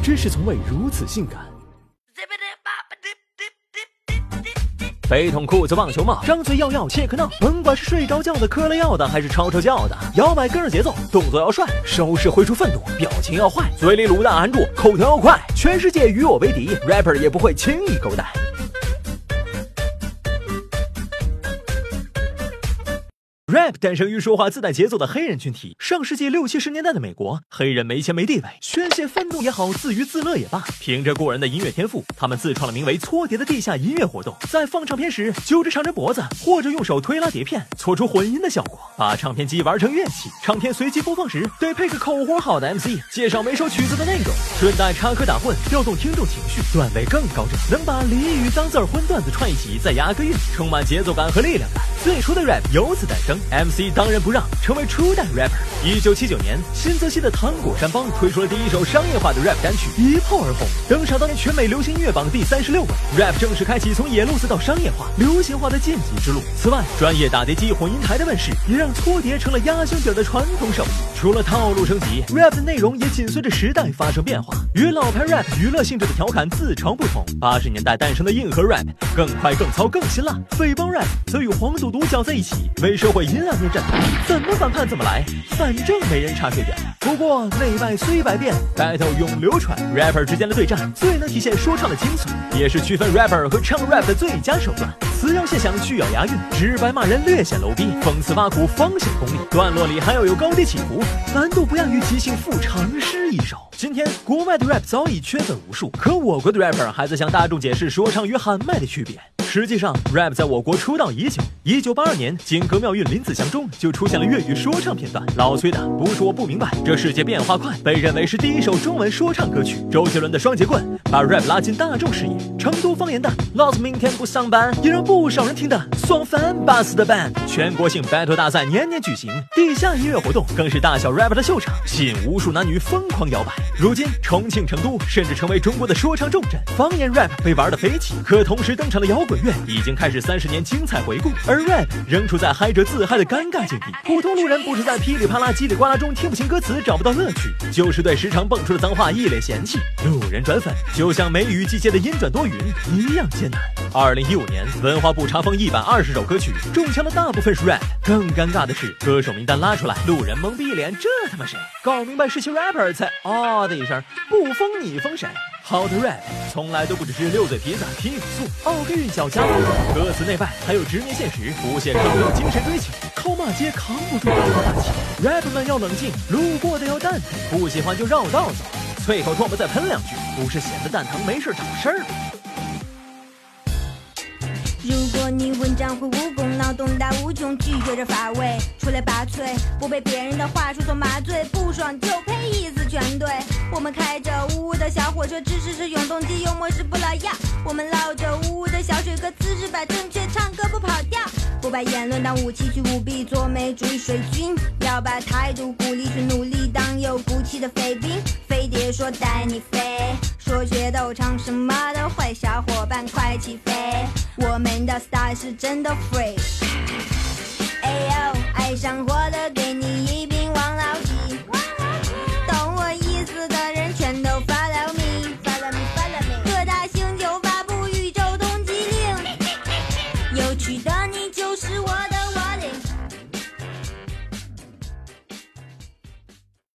真是从未如此性感。飞筒裤子、棒球帽，张嘴要切克闹，甭管是睡着觉的、嗑了药的，还是吵觉的，摇摆跟着节奏，动作要帅，手势挥出愤怒，表情要坏，嘴里卤蛋含住，口条要快，全世界与我为敌 ，rapper 也不会轻易狗带。rap 诞生于说话自带节奏的黑人群体。上世纪60、70年代的美国，黑人没钱没地位，宣泄愤怒也好，自娱自乐也罢，凭着过人的音乐天赋，他们自创了名为搓碟的地下音乐活动。在放唱片时，揪着唱着脖子，或者用手推拉碟片，搓出混音的效果，把唱片机玩成乐器。唱片随机播放时，得配个口活好的 MC， 介绍每首曲子的内容，顺带插科打诨，调动听众情绪，段位更高涨，能把俚语、脏字儿、荤段子串一起，再押个韵，充满节奏感和力量感。最初的 rap 由此诞生。MC 当仁不让，成为初代 rapper。1979年，新泽西的糖果山帮推出了第一首商业化的 rap 单曲，一炮而红，登上当年全美流行音乐榜第36位。rap 正式开启从野路子到商业化、流行化的晋级之路。此外，专业打碟机、混音台的问世，也让搓碟成了压箱底的传统手艺。除了套路升级 ，rap 的内容也紧随着时代发生变化。与老牌 rap 娱乐性质的调侃自成不同。80年代诞生的硬核 rap， 更快、更糙、更辛辣。匪帮 rap 则与黄赌毒搅在一起，为社会阴暗面战斗，怎么反叛怎么来，反正没人查水表。不过内外虽百变 ，battle 永流传。rapper 之间的对战最能体现说唱的精髓，也是区分 rapper 和唱 rap 的最佳手段。词要现象，句要押韵，直白骂人略显楼逼，讽刺挖苦方显功力。段落里还要有高低起伏，难度不亚于即兴赋长诗一首。今天国外的 rap 早已圈粉无数，可我国的 rapper 还在向大众解释说唱与喊麦的区别。实际上 rap 在我国出道已久，1982年金阁妙韵林子祥中就出现了粤语说唱片段。老崔的不是我不明白，这世界变化快，被认为是第一首中文说唱歌曲。周杰伦的双截棍把 rap 拉进大众视野。成都方言的老子明天不上班，也让不少人听得爽翻巴适的班。全国性 battle 大赛年年举行，地下音乐活动更是大小 rapper 的秀场，吸引无数男女疯狂摇摆。如今重庆、成都甚至成为中国的说唱重镇，方言 rap 被玩得飞起。可同时登场的摇滚乐已经开始30年精彩回顾，而 rap 仍处在嗨者自嗨的尴尬境地。普通路人不是在噼里啪啦、叽里呱啦中听不清歌词找不到乐趣，就是对时常蹦出的脏话一脸嫌弃。路人转粉就像梅雨季节的阴转多云一样艰难。2015年，文化部查封120首歌曲，中枪的大部分是 rap。更尴尬的是，歌手名单拉出来，路人懵逼一脸，这他妈谁？搞明白是些 rapper 才啊的一声，不封你封谁？好的 rap 从来都不只是溜嘴皮子、皮语速、奥克韵脚加法，歌词内外还有直面现实、不屑抗争、精神追求。靠骂街扛不住大气 ，rap 们要冷静，路过的要淡定，不喜欢就绕道走，啐口唾沫再喷两句，不是闲的蛋疼没事找事儿。 如果你文章会武功，脑洞大无穷，拒绝着乏味，出类拔萃，不被别人的话术所麻醉，不爽就配一次全对。我们开着呜呜的小火车，知识是永动机，幽默是不老药。我们唠着呜呜的小水歌，姿势摆正确，唱歌不跑调。不把言论当武器去舞弊，做美主义水军，要把态度鼓励去努力，当有骨气的匪兵。飞碟说带你飞，说学逗唱什么都会，小伙伴快起飞。我们的 style 是真的 free， 哎呦，爱上活